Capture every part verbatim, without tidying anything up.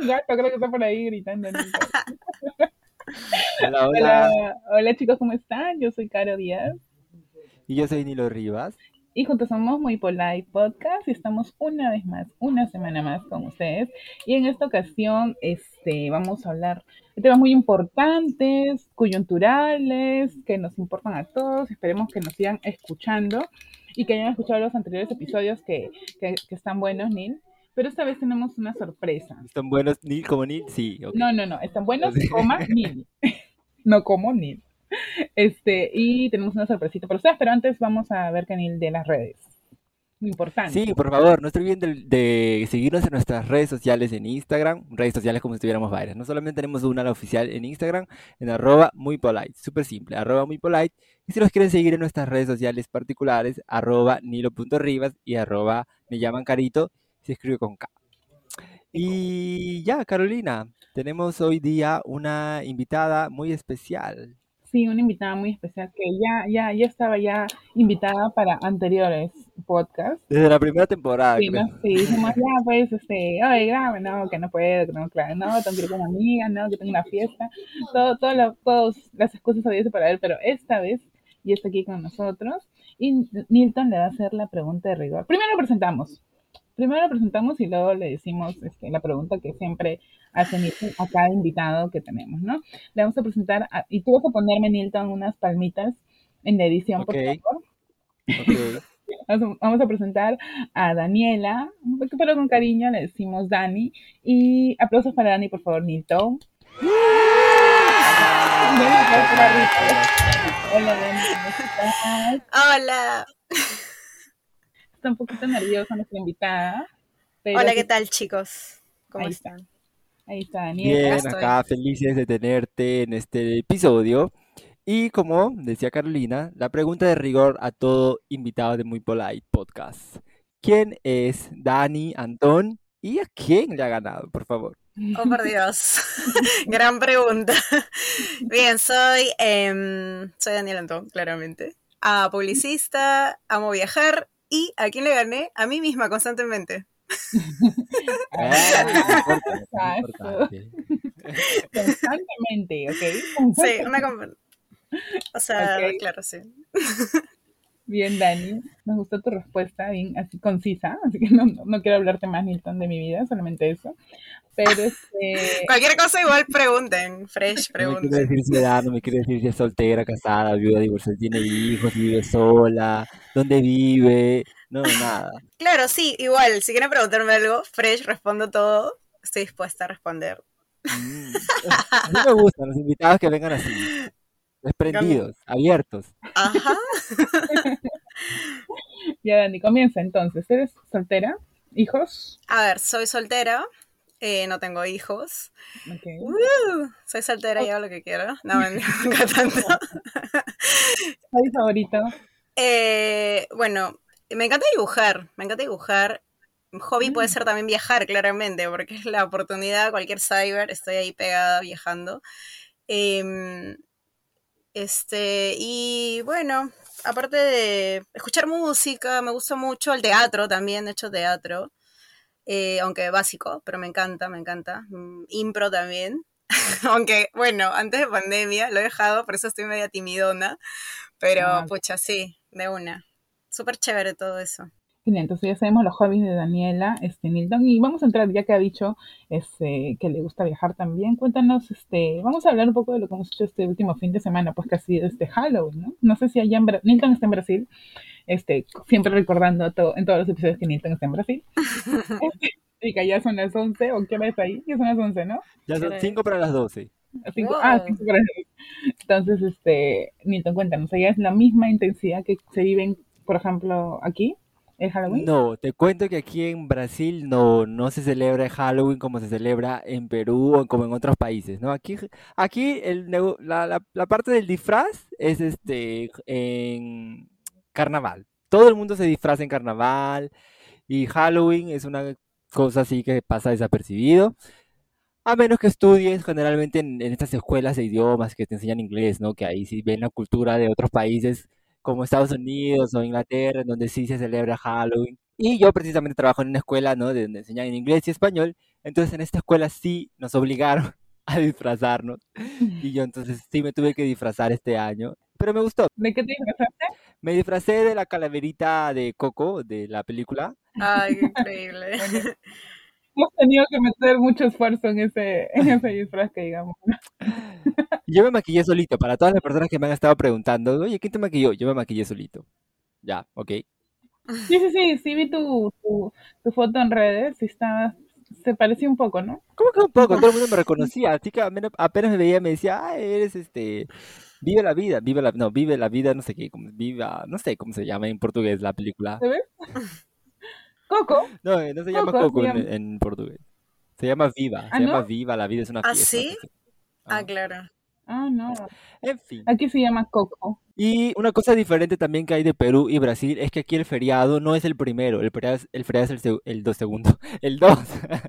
gato, creo que está por ahí gritando, Nilton. Hola, hola. Hola, hola chicos, ¿cómo están? Yo soy Caro Díaz Y yo soy Nilo Rivas. y juntos somos Muy Polite Podcast y estamos una vez más, una semana más con ustedes. Y en esta ocasión este, vamos a hablar de temas muy importantes, coyunturales, que nos importan a todos. Esperemos que nos sigan escuchando y que hayan escuchado los anteriores episodios que, que, que están buenos, Nil. Pero esta vez tenemos una sorpresa. ¿Están buenos Nil como Nil? Sí, ok. No, no, no, están buenos, Así- coma, Nil. No como Nil. Este, y tenemos una sorpresita para ustedes, pero antes vamos a ver Canil de las redes. Muy Sí, importante. por favor, no se olviden de, de seguirnos en nuestras redes sociales en Instagram, redes sociales como si tuviéramos varias. No solamente tenemos una, la oficial en Instagram, en arroba muy polite, súper simple, arroba muy polite. Y si los quieren seguir en nuestras redes sociales particulares, arroba nilo.rivas y arroba me llaman carito, se escribe con K. Y ya, Carolina, tenemos hoy día una invitada muy especial. Sí, una invitada muy especial que ya, ya, ya estaba ya invitada para anteriores podcasts. Desde la primera temporada, Sí, creo. no, sí, dijimos, ya, pues, este, oye, grave, no, que no puedo, que no, claro, no, tengo que ir con una amiga, no, que tengo una fiesta, todo, todo lo- todas las excusas había para él, pero esta vez ya está aquí con nosotros y Nilton le va a hacer la pregunta de rigor. Primero lo presentamos, primero lo presentamos y luego le decimos este, la pregunta que siempre hace Nilton a cada invitado que tenemos, ¿no? Le vamos a presentar, a- y tú vas a ponerme, Nilton, unas palmitas en la edición, Ok, por favor. ok. Vamos vamos a presentar a Daniela, pero con cariño le decimos Dani. Y aplausos para Dani, por favor, Nilton. Un Hola, aplauso para hola, Rita. hola. Hola Dani, ¿cómo estás? Hola, Está un poquito nerviosa nuestra invitada, pero hola, ¿qué sí, tal, chicos? ¿Cómo ahí está, están? ahí está Acá Daniela. Bien, estoy. acá felices de tenerte en este episodio. Y como decía Carolina, la pregunta de rigor a todo invitado de Muy Polite Podcast. ¿Quién es Dani Antón y a quién le ha ganado, por favor? Oh, por Dios. Gran pregunta. Bien, soy, em, soy Daniel Antón, claramente. Ah, publicista, amo viajar y ¿a quién le gané? A mí misma constantemente. Ah, eso es importante, eso es Abrazo. importante. Constantemente, ¿ok? Sí, una... com- O sea, Ok, claro, sí. bien, Dani. Nos gustó tu respuesta, bien así concisa, así que no, no, no quiero hablarte más, Nilton, de mi vida, solamente eso. Pero este, Cualquier cosa igual pregunten, fresh, No me quiere decir pregunten. su edad, no me quiere decir si es soltera, casada, viuda, divorciada, tiene hijos, si vive sola, dónde vive, no, nada. Claro, sí, igual, si quieren preguntarme algo, fresh, respondo todo. Estoy dispuesta a responder. Mm. Así me gustan los invitados que vengan así, Con- desprendidos, abiertos. Ajá. ya, Dani, comienza entonces. ¿Eres soltera? ¿Hijos? A ver, soy soltera, eh, no tengo hijos. Ok. Uh, soy soltera y hago lo que quiero. No, me nunca tanto. ¿Hobby favorito? Eh, bueno, me encanta dibujar, me encanta dibujar. Hobby puede Mm, ser también viajar, claramente, porque es la oportunidad, cualquier cyber, estoy ahí pegada viajando. Eh, este, y bueno, aparte de escuchar música, me gusta mucho el teatro también, he hecho teatro. Eh, aunque básico, pero me encanta, me encanta. Mm, Impro también. Aunque, bueno, antes de pandemia lo he dejado, por eso estoy media timidona, pero ah, pucha, sí, de una. Súper chévere todo eso. genial, entonces ya sabemos los hobbies de Daniela, este, Nilton, y vamos a entrar, ya que ha dicho este, que le gusta viajar también, cuéntanos, este, vamos a hablar un poco de lo que hemos hecho este último fin de semana, pues que ha sido este Halloween, ¿no? No sé si allá en Bra Nilton está en Brasil, este, siempre recordando to en todos los episodios que Nilton está en Brasil, y que ya son las once, o qué hora es ahí, ya son las once, ¿no? Ya son Caray. cinco para las doce. Cinco, ah, Wow. cinco para las entonces, este, Nilton, cuéntanos, ¿allá es la misma intensidad que se vive, por ejemplo, aquí, el Halloween? No, te cuento que aquí en Brasil no, no se celebra Halloween como se celebra en Perú o como en otros países, ¿no? Aquí, aquí el, nego- la, la- la parte del disfraz es este en carnaval. Todo el mundo se disfraza en carnaval y Halloween es una cosa así que pasa desapercibido. A menos que estudies generalmente en, en estas escuelas de idiomas que te enseñan inglés, ¿no? Que ahí sí ven la cultura de otros países como Estados Unidos o Inglaterra, en donde sí se celebra Halloween. Y yo precisamente trabajo en una escuela, ¿no? De donde enseñan en inglés y español. Entonces en esta escuela sí nos obligaron a disfrazarnos y yo entonces sí me tuve que disfrazar este año, pero me gustó. ¿De qué te disfrazaste? Me disfracé de la calaverita de Coco de la película. Ay, qué increíble. Buenísimo. Hemos tenido que meter mucho esfuerzo en ese, en ese disfraz que digamos. Y yo me maquillé solito. Para todas las personas que me han estado preguntando, oye, ¿quién te maquilló? Yo me maquillé solito. Ya, ok. Sí, sí, sí, sí vi tu, tu, tu foto en redes y estaba, se parecía un poco, ¿no? ¿Cómo que un Un poco? Todo poco. el mundo me reconocía, así que apenas, apenas me veía me decía, ah, eres este, vive la vida, vive la, no, vive la vida, no sé qué, como, viva, no sé cómo se llama en portugués la película. ¿Se ve? Coco, No, eh, no se llama Coco se Coco en, llama. en portugués. Se llama Viva, Ah, se llama ¿no? Viva, la vida es una ¿Ah, fiesta, algo sí? así. Ah, Ajá. claro. Ah, no. En fin. Aquí se llama Coco. Y una cosa diferente también que hay de Perú y Brasil es que aquí el feriado no es el primero, el feriado es el, feriado es el, seg- el dos segundo, el dos.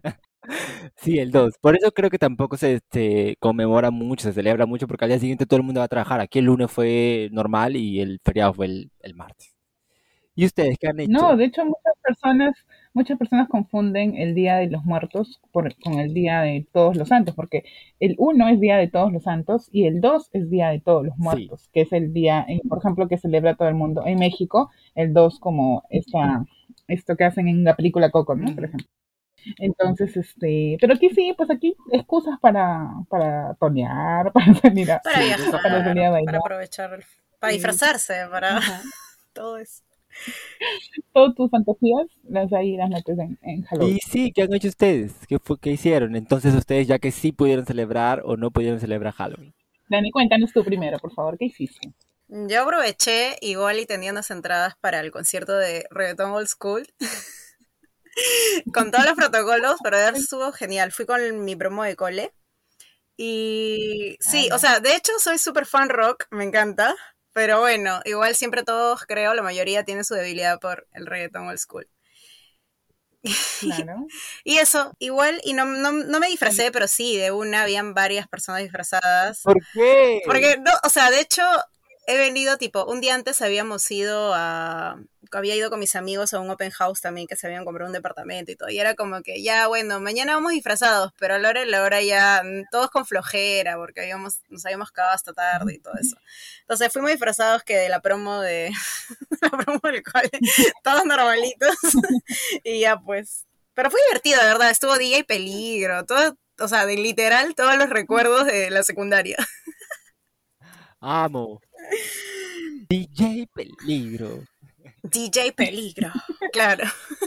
Sí, el dos. Por eso creo que tampoco se, se conmemora mucho, se celebra mucho, porque al día siguiente todo el mundo va a trabajar. Aquí el lunes fue normal y el feriado fue el, el martes. ¿Y ustedes qué han No, hecho? de hecho muchas personas, muchas personas confunden el Día de los Muertos por- con el Día de Todos los Santos, porque el uno es Día de Todos los Santos y el dos es Día de Todos los Sí. Muertos, que es el día, en- por ejemplo, que celebra todo el mundo. En México, el dos como esta, esto que hacen en la película Coco, ¿no? Por Ujú. ejemplo. Entonces, este, pero aquí sí, pues aquí excusas para, para tonear, para salir a, Para Sí, de esa para parte. salir viajar, a para bailar. aprovechar, el- para Y, disfrazarse, para ajá. todo eso. Todas tus fantasías las ahí las metes en, en Y Halloween. sí, ¿qué han hecho ustedes? ¿Qué fue, qué hicieron? Entonces ustedes ya que sí pudieron celebrar o no pudieron celebrar Halloween. Dani, cuéntanos tú primero, por favor, ¿qué hiciste? Yo aproveché igual y tenía unas entradas para el concierto de Reggaeton Old School con todos los protocolos, pero de verdad estuvo genial. Fui con mi promo de cole y Ah, sí, o ya. sea, de hecho soy súper fan rock, me encanta, pero bueno, igual siempre todos, creo, la mayoría tienen su debilidad por el Reggaeton Old School. Claro. Y eso, igual, y no, no, no me Bueno, disfracé, pero sí, de una habían varias personas disfrazadas. ¿Por qué? Porque, no, o sea, de hecho, he venido, tipo, un día antes habíamos ido a, había ido con mis amigos a un open house también, que se habían comprado un departamento y todo, y era como que, ya, bueno, mañana vamos disfrazados, pero a la hora de la hora ya, mm, todos con flojera, porque habíamos, nos habíamos quedado hasta tarde y todo eso. Entonces fuimos disfrazados que de la promo de, la promo del cole, todos normalitos, y ya pues. Pero fue divertido, de verdad, estuvo Día y Peligro, todo, o sea, de literal todos los recuerdos de la secundaria. Amo. D J Peligro. D J Peligro, claro.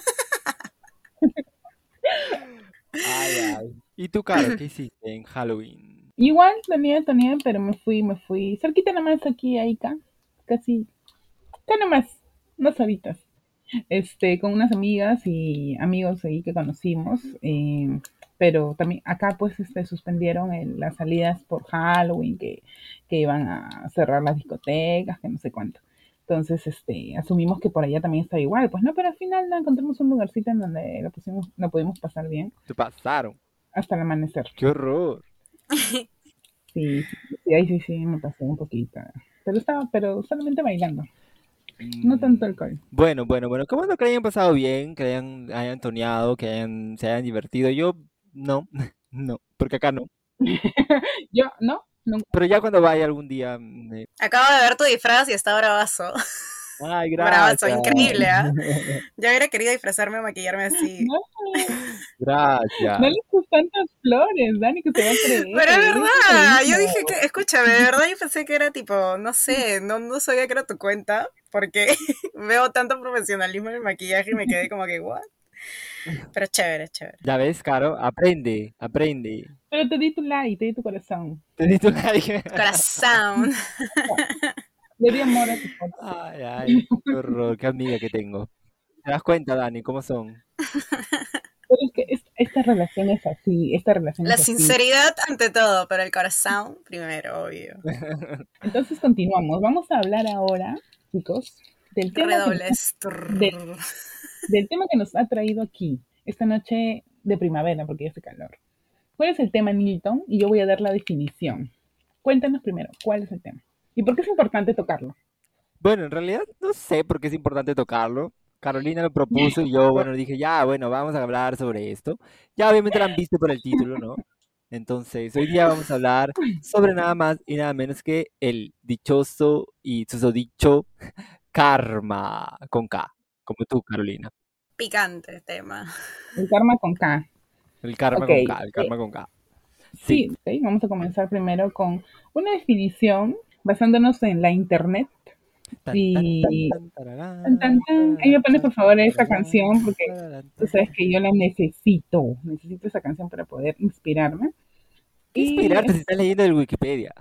Ay, ay. ¿Y tú, Caro, qué hiciste en Halloween? igual tenía, tenía, pero me fui, me fui cerquita nomás aquí, ahí, acá, casi, acá nomás, unas horitas, este, con unas amigas y amigos ahí que conocimos, eh, pero también acá pues este, suspendieron el- las salidas por Halloween, que, que iban a cerrar las discotecas, que no sé cuánto. Entonces, este, asumimos que por allá también está igual, pues no, pero al final no, encontramos un lugarcito en donde lo pusimos, lo pudimos pasar bien Se pasaron. hasta el amanecer. Qué horror. Sí, sí, sí, ahí sí, sí, me pasé un poquito. Pero estaba, pero solamente bailando, no tanto Mm, alcohol. Bueno, bueno, bueno. Qué bueno que le hayan pasado bien, que le hayan, hayan toneado, que hayan, se hayan divertido. Yo no, no, porque acá no. Yo, no, nunca. Pero ya cuando vaya algún día. mm, eh, Acabo de ver tu disfraz y está bravazo. Ay, Bravazo, gracias. increíble, ¿ah? ¿Eh? Yo hubiera querido disfrazarme o maquillarme así. No, no Gracias. le echas tantas flores, Dani, que se va a creer. Pero es Es verdad, yo dije egoísmo. que, escúchame, de verdad yo pensé que era tipo, no sé, no, no sabía que era tu cuenta, porque veo tanto profesionalismo en el maquillaje y me quedé como que, ¿what? Pero chévere, chévere. Ya ves, Caro, aprende, aprende. Pero te di tu like, te di tu corazón. Te diste un like. Corazón. Le di amor a tu foto. Ay, ay, qué horror, qué amiga que tengo. ¿Te das cuenta, Dani, cómo son? Pero es que es- esta relación es así, esta relación La es así. sinceridad ante todo, pero el corazón primero, obvio. Entonces continuamos. Vamos a hablar ahora, chicos, del tema que nos, Redobles. de- del tema que nos ha traído aquí, esta noche de primavera, porque ya hace calor. ¿Cuál es el tema, Newton? Y yo voy a dar la definición. Cuéntanos primero, ¿cuál es el tema? ¿Y por qué es importante tocarlo? Bueno, en realidad no sé por qué es importante tocarlo. Carolina lo propuso y yo, bueno, dije, ya, bueno, vamos a hablar sobre esto. Ya obviamente lo han visto por el título, ¿no? Entonces, hoy día vamos a hablar sobre nada más y nada menos que el dichoso y susodicho karma, con K, como tú, Carolina. Picante tema. El karma con K. El karma Ok, con K, el eh, karma con K. Sí. sí, ok, vamos a comenzar primero con una definición basándonos en la internet. Tan, tan, tan, Y tan, tan, tararán, tan, tan. Ahí me tararán, pones por tan, tan, favor esa tararán, canción porque tararán, tú tan, sabes tan. que yo la necesito. Necesito esa canción para poder inspirarme. ¿Qué Y inspirarte si estás leyendo el Wikipedia?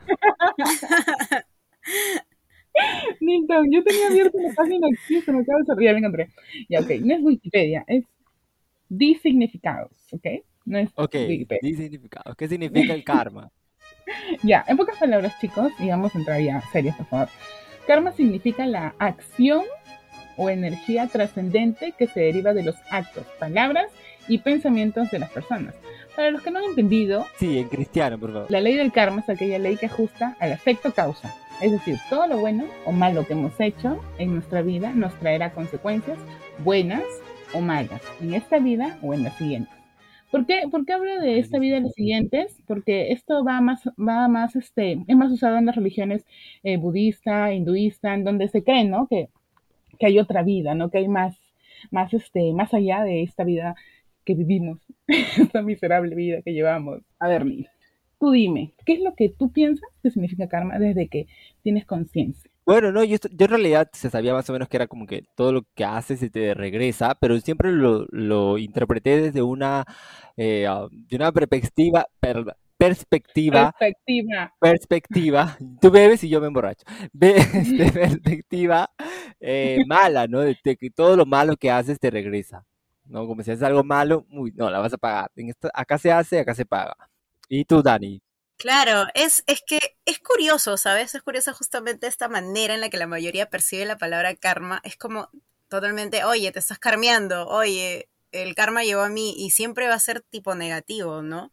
Nilton, yo tenía abierta una página aquí, se me acaba de cerrar, ya la encontré. Ya, ok, no es Wikipedia, es Disignificados, ¿ok? No es Ok, Wikipedia. di significado. ¿Qué significa el karma? Ya, en pocas palabras, chicos, y vamos a entrar ya serios, por favor. Karma significa la acción o energía trascendente que se deriva de los actos, palabras y pensamientos de las personas. Para los que no han entendido, Sí, en cristiano, por favor. la ley del karma es aquella ley que ajusta al efecto causa. Es decir, todo lo bueno o malo que hemos hecho en nuestra vida nos traerá consecuencias buenas o malas, en esta vida o en la siguiente. ¿Por qué, ¿Por qué hablo de esta vida y las siguientes? Porque esto va más, va más, este, es más usado en las religiones eh, budista, hinduista, en donde se cree, ¿no? Que, que hay otra vida, ¿no? Que hay más, más, este, más allá de esta vida que vivimos, esta miserable vida que llevamos. A ver, Nil, tú dime, ¿qué es lo que tú piensas que significa karma desde que tienes conciencia? Bueno, no, yo, esto- yo en realidad se sabía más o menos que era como que todo lo que haces se te regresa, pero siempre lo, lo interpreté desde una, eh, ah, de una perspectiva, per- perspectiva, Perspectiva. perspectiva, tú bebes y yo me emborracho, Ve- este, perspectiva eh, mala, ¿no? De, de que todo lo malo que haces te regresa, ¿no? Como si haces algo malo, uy, no, la vas a pagar. En esto, acá se hace, acá se paga. ¿Y tú, Dani? Claro, es, es que es curioso, ¿sabes? Es curiosa justamente esta manera en la que la mayoría percibe la palabra karma. Es como totalmente, oye, te estás karmeando, oye, el karma llegó a mí y siempre va a ser tipo negativo, ¿no?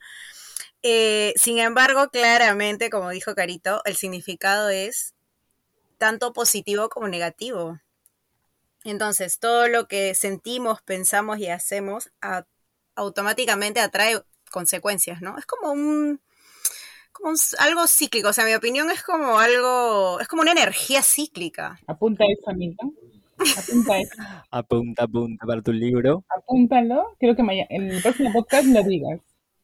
Eh, sin embargo, claramente, como dijo Carito, el significado es tanto positivo como negativo. Entonces, todo lo que sentimos, pensamos y hacemos a- automáticamente atrae consecuencias, ¿no? Es como un, como un- algo cíclico, o sea, mi opinión es como algo, es como una energía cíclica. Apunta eso, Milton. Apunta eso. Apunta, apunta para tu libro. Apúntalo. Quiero que mañana, en el próximo podcast lo digas.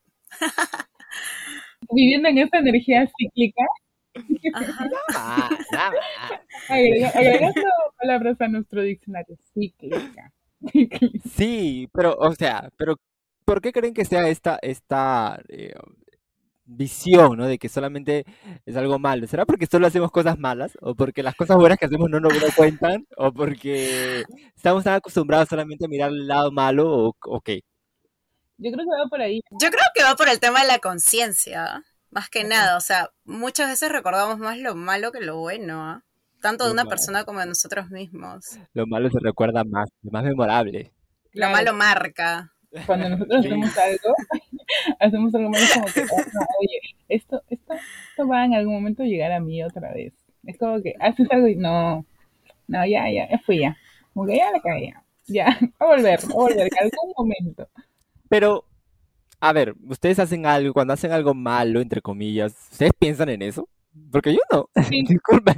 Viviendo en esta energía cíclica, Ajá. Nada más, nada más. agrega- agregando palabras a nuestro diccionario. Cíclica. Cíclica. Sí, pero, o sea, pero ¿por qué creen que sea esta, esta eh, visión, ¿no? De que solamente es algo malo? ¿Será porque solo hacemos cosas malas? ¿O porque las cosas buenas que hacemos no nos no cuentan? ¿O porque estamos tan acostumbrados solamente a mirar el lado malo? ¿O, o qué? Yo creo que va por ahí. Yo creo que va por el tema de la conciencia, más que nada. O sea, muchas veces recordamos más lo malo que lo bueno, ¿ah? Tanto de Lo una malo, persona como de nosotros mismos. lo malo se recuerda más, es más memorable. Lo Claro, malo marca. cuando nosotros Sí. hacemos algo, hacemos algo malo, es como que, oh, no, oye, esto, esto, esto va en algún momento a llegar a mí otra vez. Es como que haces algo y no, no, ya, ya, ya fui ya. Como que ya la cagué, ya. Ya, va a volver, va a volver, en algún momento. Pero, a ver, ustedes hacen algo, cuando hacen algo malo, entre comillas, ¿ustedes piensan en eso? Porque yo no. Sí, Disculpen.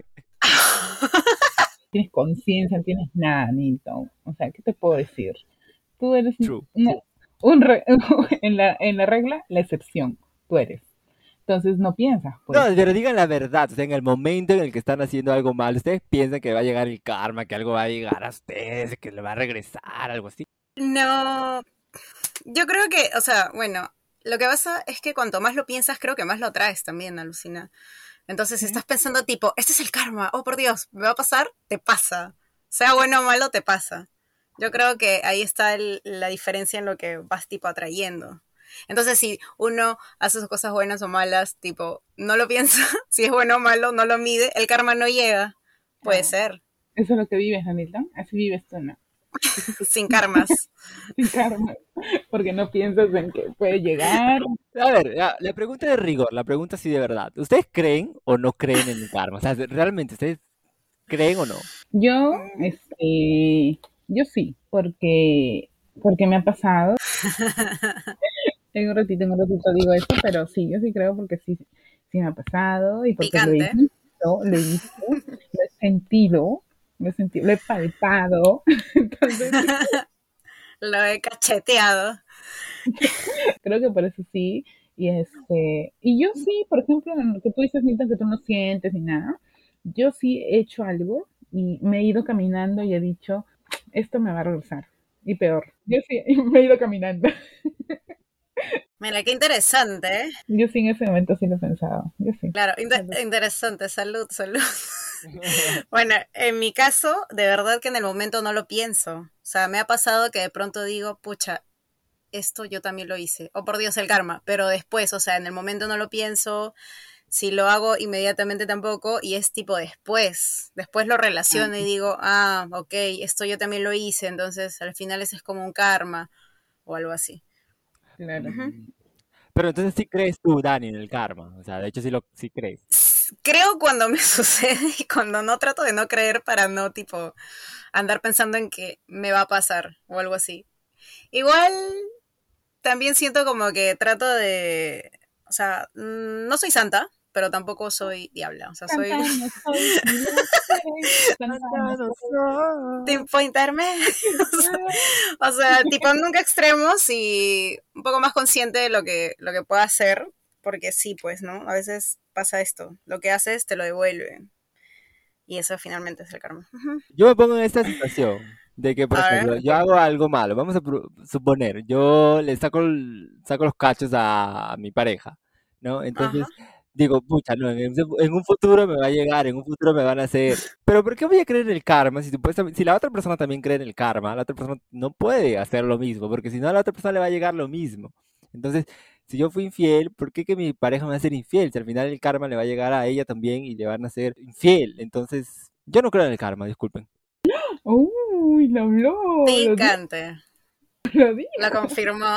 tienes conciencia, no tienes nada, Nilton. O sea, ¿qué te puedo decir? Tú eres un, True. una- un re- en la, en la regla, la excepción. Tú eres. Entonces no piensas, No, pues. pero digan la verdad, o sea, en el momento en el que están haciendo algo mal, ustedes piensan que va a llegar el karma, que algo va a llegar a ustedes, que le va a regresar, algo así. No, yo creo que, o sea, bueno, lo que pasa es que cuanto más lo piensas, creo que más lo atraes también, alucina. Entonces, si ¿Sí? estás pensando tipo, este es el karma, oh por Dios, me va a pasar, te pasa. Sea bueno o malo, te pasa. Yo creo que ahí está el- la diferencia en lo que vas tipo atrayendo. Entonces, si uno hace sus cosas buenas o malas, tipo, no lo piensa, si es bueno o malo, no lo mide, el karma no llega. Puede Claro. ser, Eso es lo que vives, ¿no, Nilton? Así vives tú, ¿no? sin karmas. Sin karma. Porque no piensas en que puede llegar. A ver, la, la pregunta de rigor, la pregunta así de verdad. ¿Ustedes creen o no creen en el karma? O sea, ¿realmente ustedes creen o no? Yo, Mm, este, Yo sí, porque, porque me ha pasado. En un ratito, en un ratito digo esto, pero sí, yo sí creo porque sí, sí me ha pasado y porque lo he Picante. visto, lo he visto, lo he sentido, lo he sentido, lo he palpado. Entonces, sí, Lo he cacheteado. creo que por eso sí. Y este, y yo sí, por ejemplo, en lo que tú dices, Nita, que tú no sientes ni nada, yo sí he hecho algo y me he ido caminando y he dicho, esto me va a regresar. Y peor, yo sí me he ido caminando. Mira, qué interesante, ¿eh? Yo sí en ese momento sí lo he pensado. Yo sí. Claro, inte- interesante. Salud, salud. Bueno, en mi caso, de verdad que en el momento no lo pienso. O sea, me ha pasado que de pronto digo, pucha, esto yo también lo hice. Oh, por Dios, el karma. Pero después, o sea, en el momento no lo pienso. Si lo hago inmediatamente tampoco. Y es tipo después. Después lo relaciono y digo, ah, ok, esto yo también lo hice. Entonces, al final ese es como un karma o algo así. Claro. Ujú. Mm, Pero entonces sí crees tú, Dani, en el karma. O sea, de hecho sí lo sí crees. S- Creo cuando me sucede y cuando no trato de no creer para no, tipo, andar pensando en que me va a pasar o algo así. Igual también siento como que trato de, o sea, mm, no soy santa, pero tampoco soy diabla, o sea, soy Santa no soy, ni lo seré. Santa no Santana soy. soy. tipo intermedio, o sea, o sea, tipo nunca extremos y un poco más consciente de lo que, lo que puedo hacer, porque sí, pues, ¿no? A veces pasa esto, lo que haces te lo devuelve y eso finalmente es el karma. Ujú. Yo me pongo en esta situación de que, por A ver, ejemplo, yo hago algo malo. Vamos a pro- suponer, yo le saco, el- saco los cachos a, a mi pareja, ¿no? ajá. Entonces digo, pucha, no, en, ese- en un futuro me va a llegar, en un futuro me van a hacer. Pero ¿por qué voy a creer en el karma? Si, supuestamente- si la otra persona también cree en el karma, la otra persona no puede hacer lo mismo, porque si no a la otra persona le va a llegar lo mismo. Entonces, si yo fui infiel, ¿por qué que mi pareja me va a ser infiel? Si al final el karma le va a llegar a ella también y le van a ser infiel. Entonces, yo no creo en el karma, disculpen. Uy, lo habló, lo dijo, Picante, lo lo dijo. confirmó.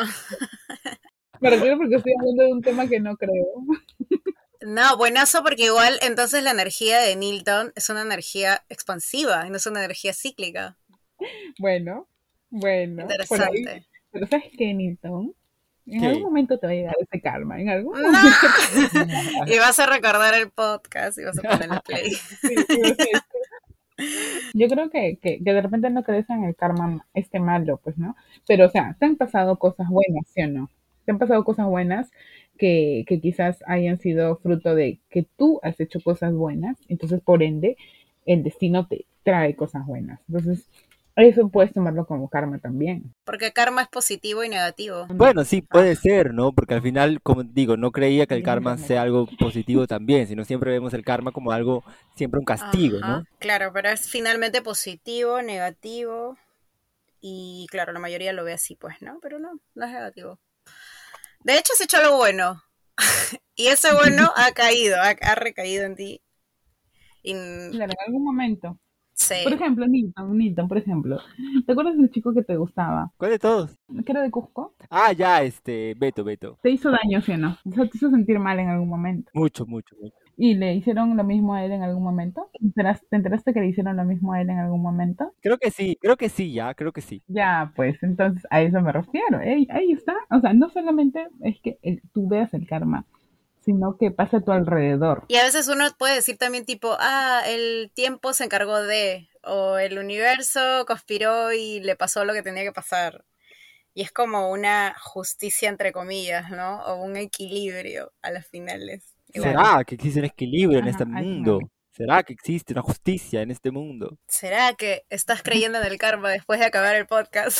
Me refiero porque estoy hablando de un tema que no creo. No, buenazo porque igual entonces la energía de Nilton es una energía expansiva y no es una energía cíclica. Bueno, bueno, por ahí. Interesante. Pero ¿sabes qué, Nilton? En algún ¿Qué? momento te va a llegar ese karma, en algún ¡No! momento. Y vas a recordar el podcast y vas a ponerle play. Sí, y vas a decir, yo creo que, que, que de repente no crees en el karma este malo, pues, ¿no? Pero, o sea, te han pasado cosas buenas, ¿sí o no? Te han pasado cosas buenas que, que quizás hayan sido fruto de que tú has hecho cosas buenas, entonces, por ende, el destino te trae cosas buenas. Entonces, eso puedes tomarlo como karma también. Porque karma es positivo y negativo. Bueno, sí, Ah, puede ser, ¿no? Porque al final, como digo, no creía que el Tienes karma internet. sea algo positivo también, sino siempre vemos el karma como algo, siempre un castigo, ajá. ¿no? Claro, pero es finalmente positivo, negativo. Y claro, la mayoría lo ve así, pues, ¿no? Pero no, no es negativo. De hecho, has hecho algo bueno. Y ese bueno ha caído, ha, ha recaído en ti. Y Claro, en algún momento. Por sí. ejemplo, Nilton, Nilton, por ejemplo. ¿Te acuerdas del chico que te gustaba? ¿Cuál de todos? Que era de Cusco. Ah, ya, este, Beto, Beto. Te hizo daño, ¿sí o no? O sea, te hizo sentir mal en algún momento. Mucho, mucho, mucho. ¿Y le hicieron lo mismo a él en algún momento? ¿Te enteraste, te enteraste que le hicieron lo mismo a él en algún momento? Creo que sí, creo que sí, ya, creo que sí. Ya, pues entonces a eso me refiero. Ey, ahí está. O sea, no solamente es que el- tú veas el karma, sino que pasa a tu alrededor. Y a veces uno puede decir también tipo, ah, el tiempo se encargó de, o el universo conspiró y le pasó lo que tenía que pasar. Y es como una justicia entre comillas, ¿no? O un equilibrio a las finales. Igual. Claro. ¿Será que existe un equilibrio en este Ajá, a eso me voy. mundo? ¿Será que existe una justicia en este mundo? ¿Será que estás creyendo en el karma después de acabar el podcast?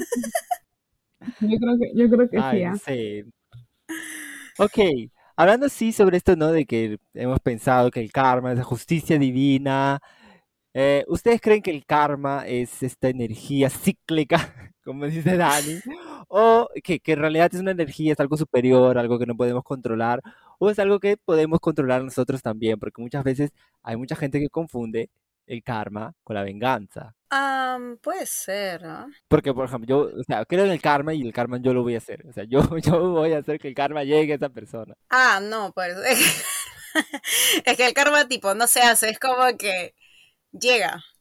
Yo creo que, yo creo que sí, Ay, no ¿ah? sé. Ok, hablando así sobre esto, ¿no? De que hemos pensado que el karma es la justicia divina. Eh, ¿ustedes creen que el karma es esta energía cíclica, como dice Dani? ¿O que, que en realidad es una energía, es algo superior, algo que no podemos controlar? ¿O es algo que podemos controlar nosotros también? Porque muchas veces hay mucha gente que confunde el karma con la venganza. Ah, puede ser, ¿no? Porque, por ejemplo, yo, o sea, creo en el karma y el karma yo lo voy a hacer. O sea, yo, yo voy a hacer que el karma llegue a esa persona. Ah, no, pues es que el karma tipo no se hace, es como que llega,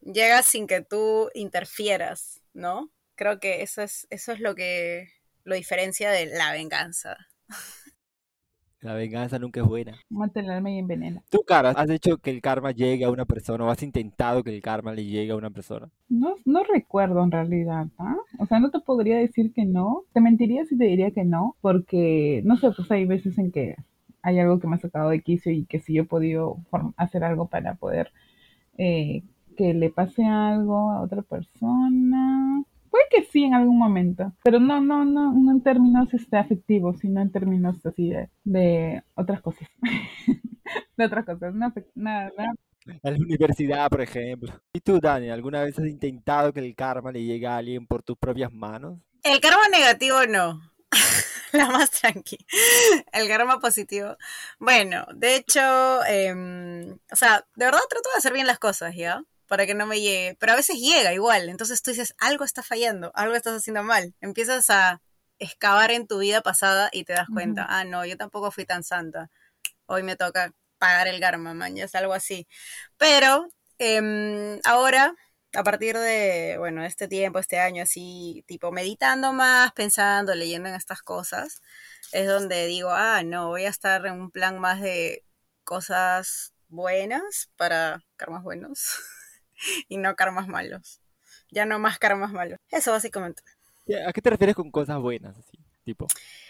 llega sin que tú interfieras, ¿no? Creo que eso es, eso es lo que lo diferencia de la venganza. La venganza nunca es buena. Mata el alma y envenena. ¿Tú, Cara, has hecho que el karma llegue a una persona o has intentado que el karma le llegue a una persona? No, no recuerdo en realidad, ¿ah? O sea, no te podría decir que no. Te mentiría si te diría que no, porque, no sé, pues hay veces en que hay algo que me ha sacado de quicio y que si yo he podido form- hacer algo para poder eh, que le pase algo a otra persona. Puede que sí en algún momento, pero no, no, no, no en términos este, afectivos, sino en términos así de, de otras cosas. De otras cosas, no, afect- nada, nada. A la universidad, por ejemplo. ¿Y tú, Dani, alguna vez has intentado que el karma le llegue a alguien por tus propias manos? El karma negativo no. La más tranqui. El karma positivo. Bueno, de hecho, eh, o sea, de verdad trato de hacer bien las cosas, ¿ya? Para que no me llegue. Pero a veces llega igual. Entonces tú dices, algo está fallando, algo estás haciendo mal. Empiezas a excavar en tu vida pasada y te das cuenta, Ujú. ah, no, yo tampoco fui tan santa. Hoy me toca pagar el karma, man, ya es algo así. Pero eh, ahora, a partir de, bueno, este tiempo, este año, así, tipo, meditando más, pensando, leyendo en estas cosas, es donde digo, ah, no, voy a estar en un plan más de cosas buenas para karmas buenos y no karmas malos. Ya no más karmas malos. Eso básicamente. ¿Qué- ¿A qué te refieres con cosas buenas, así? Tipo,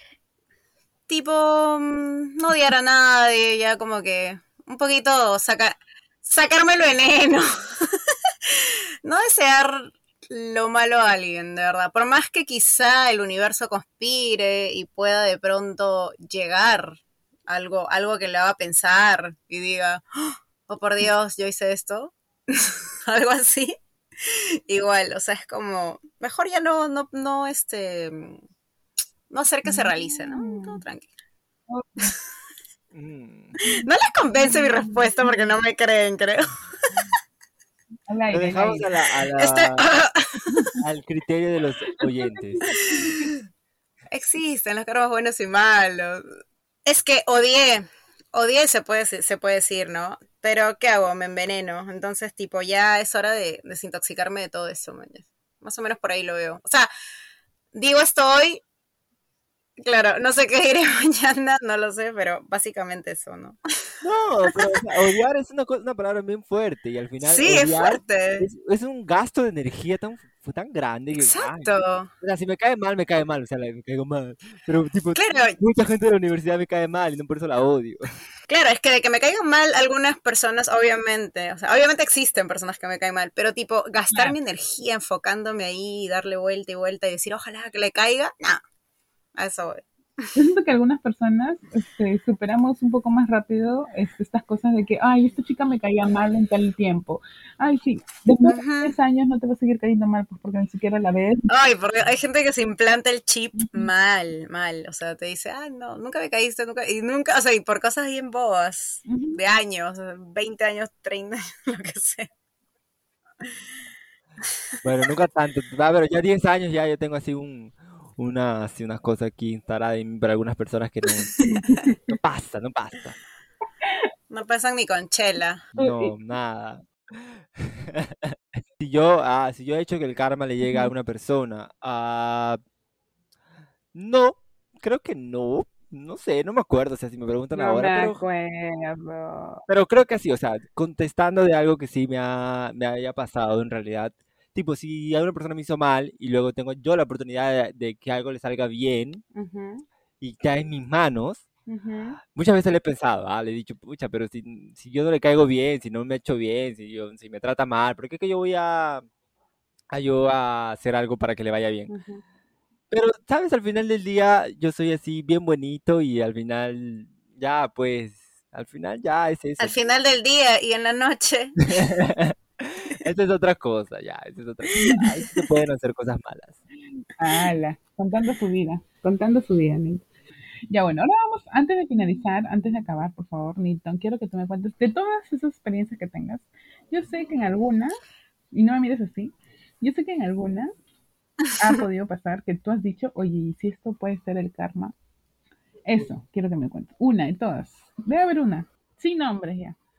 Tipo, mm, no odiar a nadie, ya como que un poquito saca, sacarme el veneno. No desear lo malo a alguien, de verdad. Por más que quizá el universo conspire y pueda de pronto llegar algo, algo que le haga pensar y diga, oh por Dios, yo hice esto. Algo así. Igual, o sea, es como, mejor ya no, no, no, este, no hacer que se realice, ¿no? Todo Mm. tranquilo. Ok. mm, No les convence mi respuesta porque no me creen, creo. Al lo aire, al dejamos aire. a la, a Este, la- al criterio de los oyentes. existen los karmas buenos y malos. Es que odié, odié se puede, se puede decir, ¿no? Pero ¿qué hago? Me enveneno. Entonces, tipo, ya es hora de desintoxicarme de todo eso, man. Más o menos por ahí lo veo. O sea, digo esto hoy, claro, no sé qué diré mañana, no lo sé, pero básicamente eso, ¿no? No, pero o sea, odiar es una, co- una palabra bien fuerte y al final Sí, es odiar fuerte. es, es un gasto de energía tan, fu- tan grande que, ay, Exacto. o sea, si me cae mal, me cae mal, o sea, la- me caigo mal, pero tipo, Claro, mucha gente de la universidad me cae mal y no por eso la odio. claro, es que de que me caigan mal algunas personas, obviamente, o sea, obviamente existen personas que me caen mal, pero tipo, gastar Claro. mi energía enfocándome ahí, darle vuelta y vuelta y decir, ojalá que le caiga, no, a eso voy. Yo siento que algunas personas este, superamos un poco más rápido este, estas cosas de que, ay, esta chica me caía mal en tal tiempo. Ay, sí, después de Ujú. diez años no te va a seguir cayendo mal, pues porque ni siquiera la ves. Ay, porque hay gente que se implanta el chip mal, mal, o sea, te dice, ah, no, nunca me caíste, nunca, y nunca, o sea, y por cosas bien bobas, Ujú. de años, veinte años, treinta, lo que sea. Bueno, nunca tanto, va, pero ya diez años ya yo tengo así un, una, así unas cosas aquí instaladas en mí para algunas personas que no, no pasa, no pasa, No pasan ni con chela. no, nada. Si yo, ah, si yo he hecho que el karma le llegue a Ujú. una persona, ah, no, creo que no, no sé, no me acuerdo, o sea, si me preguntan No me ahora, pero, acuerdo. pero creo que sí, o sea, contestando de algo que sí me ha, me haya pasado en realidad, tipo, si a una persona me hizo mal y luego tengo yo la oportunidad de, de que algo le salga bien Ujú, y está en mis manos, ujú. muchas veces le he pensado, ah, le he dicho, pucha, pero si, si yo no le caigo bien, si no me ha hecho bien, si, yo, si me trata mal, ¿por qué que yo voy a, a yo a hacer algo para que le vaya bien? Ujú. Pero, ¿sabes? Al final del día yo soy así bien bonito y al final ya, pues, al final ya es Al eso. final del día y en la noche. Esa es otra cosa, ya, esa es otra cosa. Ahí sí se pueden hacer cosas malas. Ala, contando su vida, contando su vida, Nilton. Ya bueno, ahora vamos, antes de finalizar, antes de acabar, por favor, Nilton, quiero que tú me cuentes de todas esas experiencias que tengas. Yo sé que en algunas, y no me mires así, yo sé que en algunas ha podido pasar que tú has dicho, oye, ¿y si esto puede ser el karma? Eso, quiero que me cuentes. Una de todas. Debe haber una. Sin nombres ya.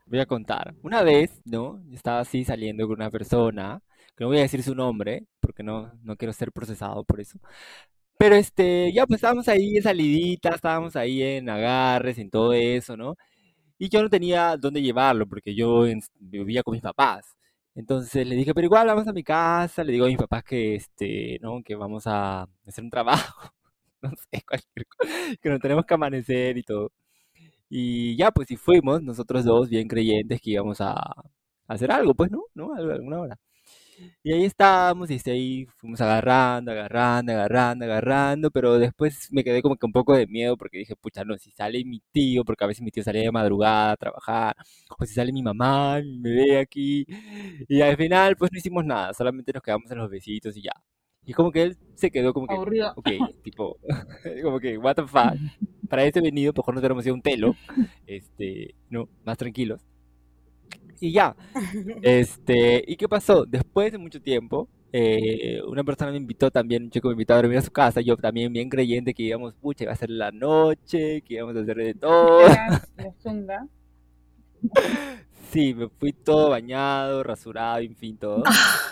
Voy a contar. Una vez, ¿no? Yo estaba así saliendo con una persona, que no voy a decir su nombre, porque no, no quiero ser procesado por eso. Pero este, ya pues estábamos ahí en salidita, estábamos ahí en agarres, en todo eso, ¿no? Y yo no tenía dónde llevarlo, porque yo en- vivía con mis papás. Entonces le dije, pero igual vamos a mi casa, le digo a mis papás que, este, ¿no? Que vamos a hacer un trabajo, no sé, cualquier cosa, que nos tenemos que amanecer y todo. Y ya, pues si fuimos, nosotros dos, bien creyentes que íbamos a, a hacer algo, pues, ¿no? ¿No? Algo, alguna hora. Y ahí estábamos, y este, ahí fuimos agarrando, agarrando, agarrando, agarrando, pero después me quedé como que un poco de miedo porque dije, pucha, no, si sale mi tío, porque a veces mi tío salía de madrugada a trabajar, o si sale mi mamá y me ve aquí, y al final pues no hicimos nada, solamente nos quedamos en los besitos y ya. Y como que él se quedó como que, Aburrido. ok, tipo, como que, what the fuck, para este venido, mejor nos hubiéramos ido a un telo, este, no, más tranquilos. Y ya, este, ¿y qué pasó? Después de mucho tiempo, eh, una persona me invitó también, un chico me invitó a dormir a su casa, yo también bien creyente que íbamos, pucha, iba a ser la noche, que íbamos a hacer de todo. La, la zunga. Sí, me fui todo bañado, rasurado, en fin, todo.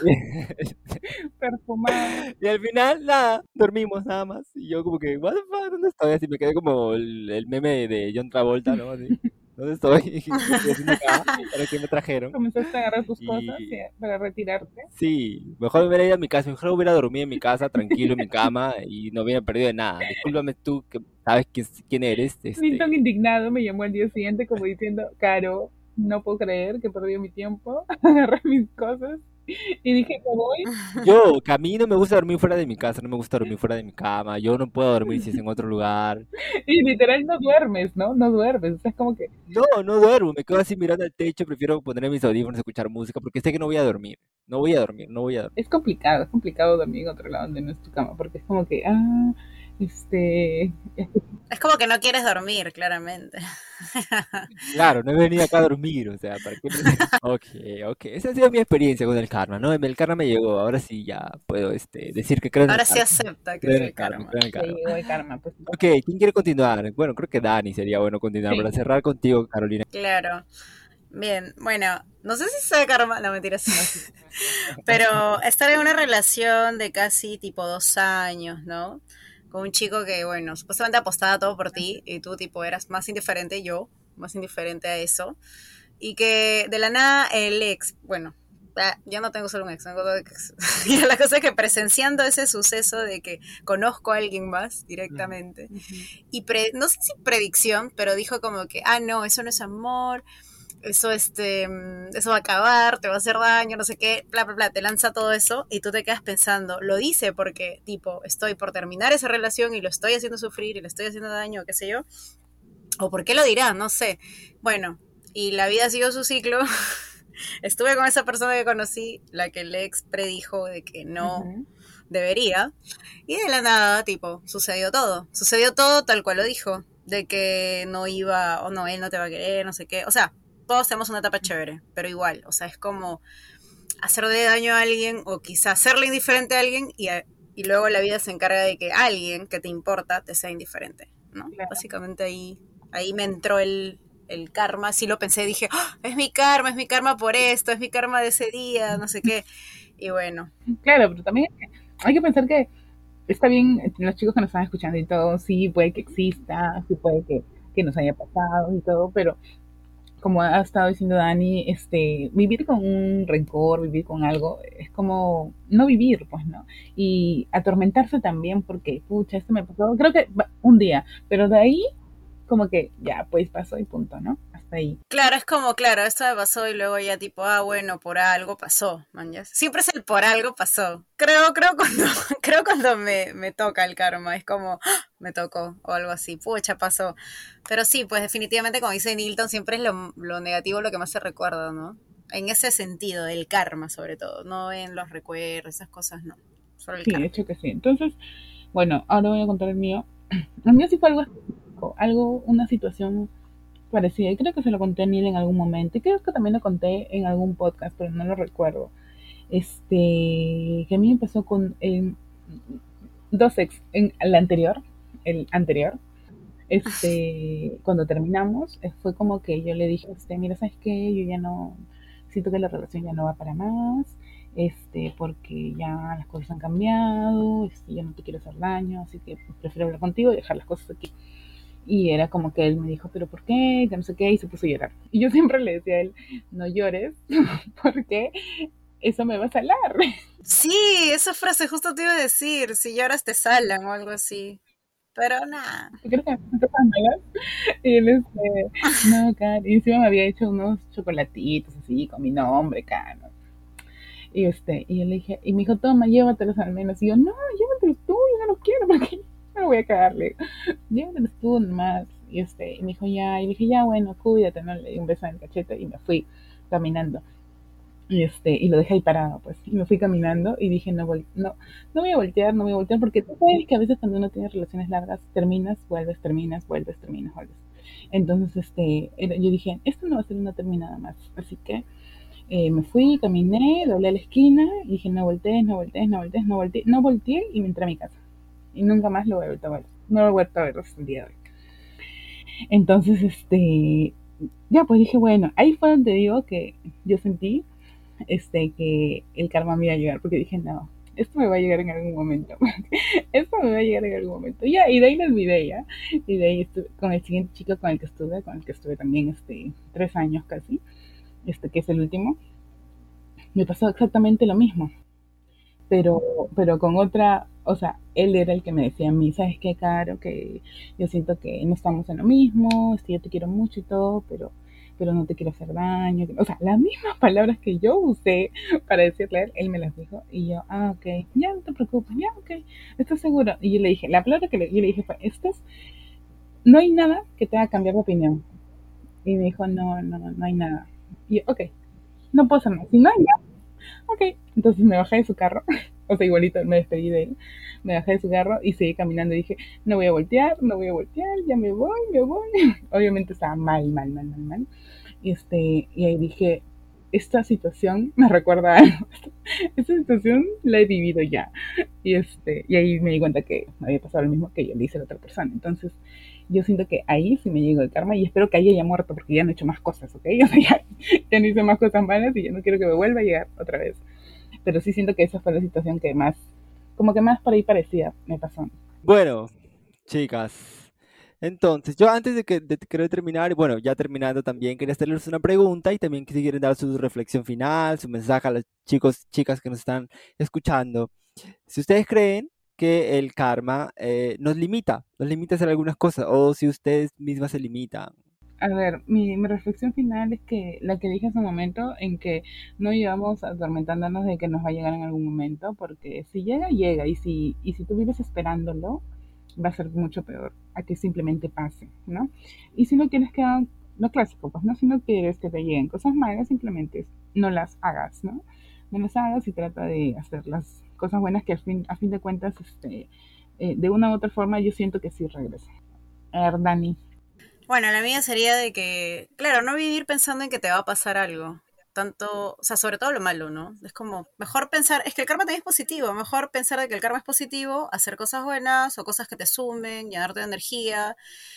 Perfumado. Y al final, nada, dormimos nada más. Y yo como que, what the fuck, ¿dónde estoy? Así me quedé como el, el meme de John Travolta, ¿no? Así, ¿dónde estoy? ¿Qué estoy haciendo acá? ¿Para qué me trajeron? Comenzaste a agarrar tus cosas y- Y para retirarte. sí, mejor me hubiera ido a mi casa, mejor hubiera dormido en mi casa, tranquilo en mi cama y no hubiera perdido de nada. Discúlpame tú que sabes quién, quién eres, Milton este, indignado me llamó al día siguiente como diciendo, Caro, no puedo creer que perdí mi tiempo, agarré mis cosas y dije que voy. yo, que a mí no me gusta dormir fuera de mi casa, no me gusta dormir fuera de mi cama, yo no puedo dormir si es en otro lugar. Y literal no duermes, ¿no? No duermes. O sea, es como que No, no duermo, me quedo así mirando al techo, prefiero poner mis audífonos, escuchar música, porque sé que no voy a dormir, no voy a dormir, no voy a dormir. es complicado, es complicado dormir en otro lado donde no es tu cama, porque es como que, ah, este, Es como que no quieres dormir, claramente. Claro, no he venido acá a dormir, o sea, ¿para qué? me- Ok, ok, esa ha sido mi experiencia con el karma, ¿no? El karma me llegó, ahora sí ya puedo este, decir que creo en el Ahora sí karma, acepta que creo es en el el karma, karma. creo en el le karma. llegó el karma, pues. Ok, ¿quién quiere continuar? Bueno, creo que Dani sería bueno continuar para Sí, cerrar contigo, Carolina. Claro. Bien, bueno, no sé si sea karma, no mentiras. no, sí. Pero estar en una relación de casi tipo dos años, ¿no? Con un chico que, bueno, supuestamente apostaba todo por ti y tú tipo eras más indiferente, yo, más indiferente a eso. Y que de la nada el ex, bueno, ya, ya no tengo solo un ex, tengo dos ex. Y la cosa es que presenciando ese suceso de que conozco a alguien más directamente, Ujú. y pre, no sé si predicción, pero dijo como que, ah, no, eso no es amor, eso, este, eso va a acabar, te va a hacer daño, no sé qué, bla, bla, bla, te lanza todo eso y tú te quedas pensando, lo dice porque, tipo, estoy por terminar esa relación y lo estoy haciendo sufrir y le estoy haciendo daño, qué sé yo, o por qué lo dirá, no sé. Bueno, y la vida siguió su ciclo. Estuve con esa persona que conocí, la que el ex predijo de que no Ujú. debería, y de la nada, tipo, sucedió todo. Sucedió todo tal cual lo dijo, de que no iba, o no, él no te va a querer, no sé qué. O sea, todos tenemos una etapa chévere, pero igual, o sea, es como hacerle daño a alguien o quizá hacerle indiferente a alguien y, a- y luego la vida se encarga de que alguien que te importa te sea indiferente, ¿no? Claro. Básicamente ahí, ahí me entró el, el karma, así lo pensé, dije, ¡ah! Es mi karma, es mi karma por esto, es mi karma de ese día, no sé qué. Y bueno, Claro, pero también hay que pensar que está bien, eh, los chicos que nos están escuchando y todo, sí puede que exista, sí puede que, que nos haya pasado y todo, pero como ha estado diciendo Dani, este, vivir con un rencor, vivir con algo, es como no vivir, pues, ¿no? Y atormentarse también porque, pucha, esto me pasó, creo que va- un día, pero de ahí, como que ya, pues pasó y punto, ¿no? Hasta ahí. claro, es como, claro, esto me pasó y luego ya tipo, ah, bueno, por algo pasó, man, ya. Siempre es el por algo pasó. Creo, creo cuando, creo cuando me, me toca el karma, es como, ¡ah! Me tocó, o algo así, pucha, pasó. Pero sí, pues definitivamente, como dice Nilton, siempre es lo, lo negativo lo que más se recuerda, ¿no? En ese sentido, del karma sobre todo, no en los recuerdos, esas cosas, no, solo el Sí, de karma. hecho que sí. Entonces, bueno, ahora voy a contar el mío. El mío sí fue algo específico, algo, una situación parecida. Y creo que se lo conté a Neil en algún momento. Y creo que también lo conté en algún podcast, pero no lo recuerdo. Este, que a mí empezó con el, dos ex, en el anterior, el anterior. este, cuando terminamos, eh, fue como que yo le dije, este, mira, ¿sabes qué? Yo ya no, siento que la relación ya no va para más, este, porque ya las cosas han cambiado, este, ya no te quiero hacer daño, así que pues, prefiero hablar contigo y dejar las cosas aquí. Y era como que él me dijo, pero ¿por qué? Que no sé qué, y se puso a llorar. Y yo siempre le decía a él, no llores, porque eso me va a salar. Sí, esa frase justo te iba a decir, si lloras te salan o algo así. Pero nada. Creo que me cosas malas. Y él, este, no, Karen, y encima me había hecho unos chocolatitos así, con mi nombre, Karen. Y este, y yo le dije, y me dijo, toma, llévatelos al menos. Y yo, no, llévatelos tú, yo no los quiero, porque yo no lo voy a cagarle. Llévatelos tú nomás. Y este, y me dijo, ya, y le dije, ya, bueno, cuídate, ¿no? Le di un beso en el cachete y me fui caminando. Y este, y lo dejé ahí parado, pues. Y me fui caminando y dije, no, vol no, no voy a voltear, no voy a voltear, porque tú sabes que a veces cuando uno tiene relaciones largas, terminas, vuelves, terminas, vuelves, terminas, vuelves. Entonces, este, era, yo dije, esto no va a ser una terminada más. Así que eh, me fui, caminé, doblé a la esquina y dije, no voltees, no voltees, no voltees, no volteé, no volteé y me entré a mi casa. Y nunca más lo he vuelto a ver. No lo he vuelto a ver hasta el día de hoy. Entonces, este, ya pues dije, bueno, ahí fue donde digo que yo sentí este, que el karma me iba a llegar, porque dije, no, esto me va a llegar en algún momento, esto me va a llegar en algún momento, ya, y de ahí lo olvidé, ya, y de ahí estuve con el siguiente chico con el que estuve, con el que estuve también, este, tres años casi, este, que es el último, me pasó exactamente lo mismo, pero, pero con otra, o sea, él era el que me decía a mí, ¿sabes qué, Caro? Que yo siento que no estamos en lo mismo, este, yo te quiero mucho y todo, pero, pero no te quiero hacer daño. O sea, las mismas palabras que yo usé para decirle a él, él me las dijo. Y yo, ah, ok, ya no te preocupes, ya, ok, ¿estás seguro? Y yo le dije, la palabra que le, yo le dije fue, ¿estás? No hay nada que te haga cambiar de opinión. Y me dijo, no, no, no hay nada. Y yo, ok, no puedo hacer nada. Si no hay nada, ok. Entonces me bajé de su carro, o sea, igualito me despedí de él, me bajé de su carro y seguí caminando y dije, no voy a voltear, no voy a voltear, ya me voy, me voy. Obviamente estaba mal, mal, mal, mal, mal. Y, este, y ahí dije, esta situación me recuerda a algo. Esta situación la he vivido ya. Y, este, y ahí me di cuenta que me había pasado lo mismo que yo le hice a la otra persona. Entonces, yo siento que ahí sí me llegó el karma y espero que ahí haya muerto porque ya no he hecho más cosas, ¿ok? O sea, ya, ya no hice más cosas malas y ya no quiero que me vuelva a llegar otra vez. Pero sí siento que esa fue la situación que más, como que más por ahí parecía me pasó. Bueno, chicas, entonces yo antes de que de, querer terminar, y bueno, ya terminando también, quería hacerles una pregunta y también si quieren dar su reflexión final, su mensaje a los chicos, chicas que nos están escuchando. Si ustedes creen que el karma eh, nos limita, nos limita a hacer algunas cosas, o si ustedes mismas se limitan. A ver, mi, mi reflexión final es que la que dije hace un momento, en que no llevamos atormentándonos de que nos va a llegar en algún momento, porque si llega, llega, y si, y si tú vives esperándolo, va a ser mucho peor a que simplemente pase, ¿no? Y si no quieres que hagan lo clásico, pues no, si no quieres que te lleguen cosas malas, simplemente no las hagas, ¿no? No las hagas y trata de hacer las cosas buenas que a fin, a fin de cuentas, este, eh, de una u otra forma, yo siento que sí regresan. A ver, Dani. Bueno, la mía sería de que, claro, no vivir pensando en que te va a pasar algo. Tanto, o sea, sobre todo lo malo, ¿no? Es como, mejor pensar, es que el karma también es positivo, mejor pensar de que el karma es positivo, hacer cosas buenas o cosas que te sumen, llenarte de energía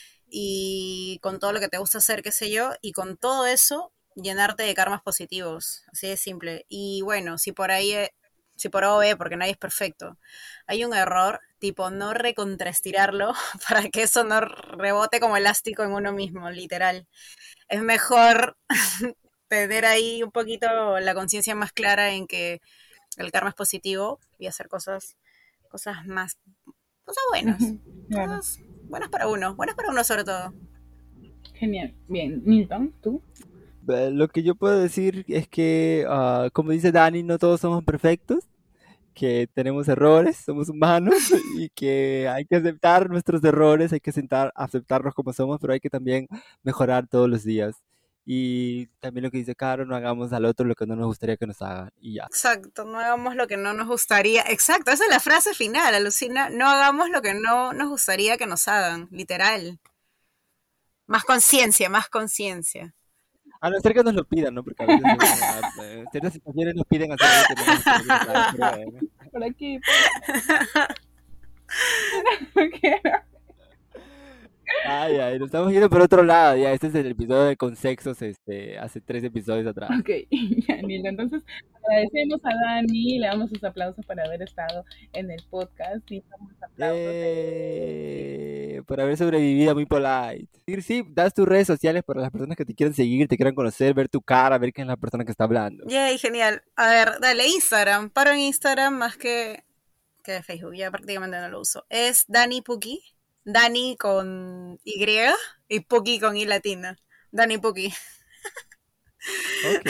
y con todo lo que te gusta hacer, qué sé yo, y con todo eso llenarte de karmas positivos, así de simple. Y bueno, si por ahí, eh, si por A o B, porque nadie es perfecto, hay un error, tipo no recontraestirarlo para que eso no rebote como elástico en uno mismo, literal. Es mejor tener ahí un poquito la conciencia más clara en que el karma es positivo y hacer cosas, cosas más, cosas buenas, Claro. cosas buenas para uno, buenas para uno sobre todo. Genial. Bien, Milton, ¿tú? Eh, Lo que yo puedo decir es que, ah, como dice Dani, no todos somos perfectos, que tenemos errores, somos humanos y que hay que aceptar nuestros errores, hay que sentar, aceptarnos como somos, pero hay que también mejorar todos los días. Y también lo que dice Caro, no hagamos al otro lo que no nos gustaría que nos hagan y ya. Exacto, no hagamos lo que no nos gustaría. Exacto, esa es la frase final, alucina. No hagamos lo que no nos gustaría que nos hagan, literal. Más conciencia, más conciencia. A no ser que nos lo pidan, ¿no? Porque a veces en, ah, eh, ciertas situaciones nos piden hacer algo que no nos gustaría que nos hagan, pero bueno. Por aquí. Por... no quiero. Ay, Ay, ay, nos estamos yendo por otro lado. Ya, este es el episodio de Consexos, este, hace tres episodios atrás. Ok, ya, Nilda. Entonces, agradecemos a Dani, le damos sus aplausos por haber estado en el podcast. Y damos aplausos. Eh, por haber sobrevivido a Muy Polite. Sí, sí, das tus redes sociales para las personas que te quieran seguir, te quieran conocer, ver tu cara, ver quién es la persona que está hablando. Yay, genial. A ver, dale, Instagram. Paro en Instagram más que, que de Facebook. Ya prácticamente no lo uso. Es Dani Puki. Dani con Y y Puki con I latina. Dani Puki. Ok.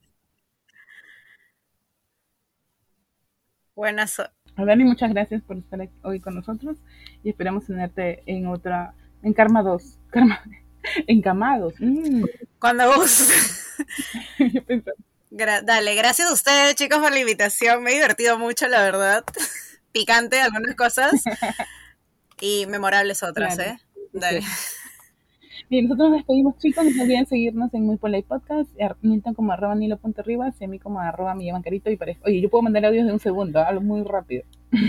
Buenas. A Dani, muchas gracias por estar aquí hoy con nosotros y esperamos tenerte en otra, en Karma dos. Karma, encamados. Mm. Cuando gustes. Gra- dale, gracias a ustedes, chicos, por la invitación. Me he divertido mucho, la verdad. Picante algunas cosas y memorables otras, Claro. ¿eh? Dale. Bien, nosotros nos despedimos, chicos. No se olviden seguirnos en Muy Polite Podcast, a Milton como arroba nilo.rivas y a mí como arroba mi carito y parezco. Oye, yo puedo mandar audios de un segundo, hablo muy rápido.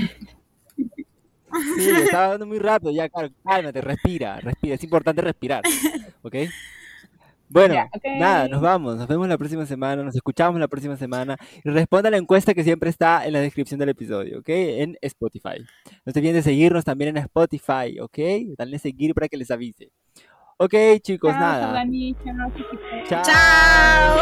Sí, estaba hablando muy rápido, ya, claro, cálmate, respira, respira, es importante respirar, ¿ok? Bueno, Ya, ok. nada, nos vamos, nos vemos la próxima semana, nos escuchamos la próxima semana y responda a la encuesta que siempre está en la descripción del episodio, ¿ok? En Spotify. No se olviden de seguirnos también en Spotify, ¿ok? Dale seguir para que les avise. Ok, chicos, Chao, nada. Dani. Chao, chicos. Chao. ¡Chao!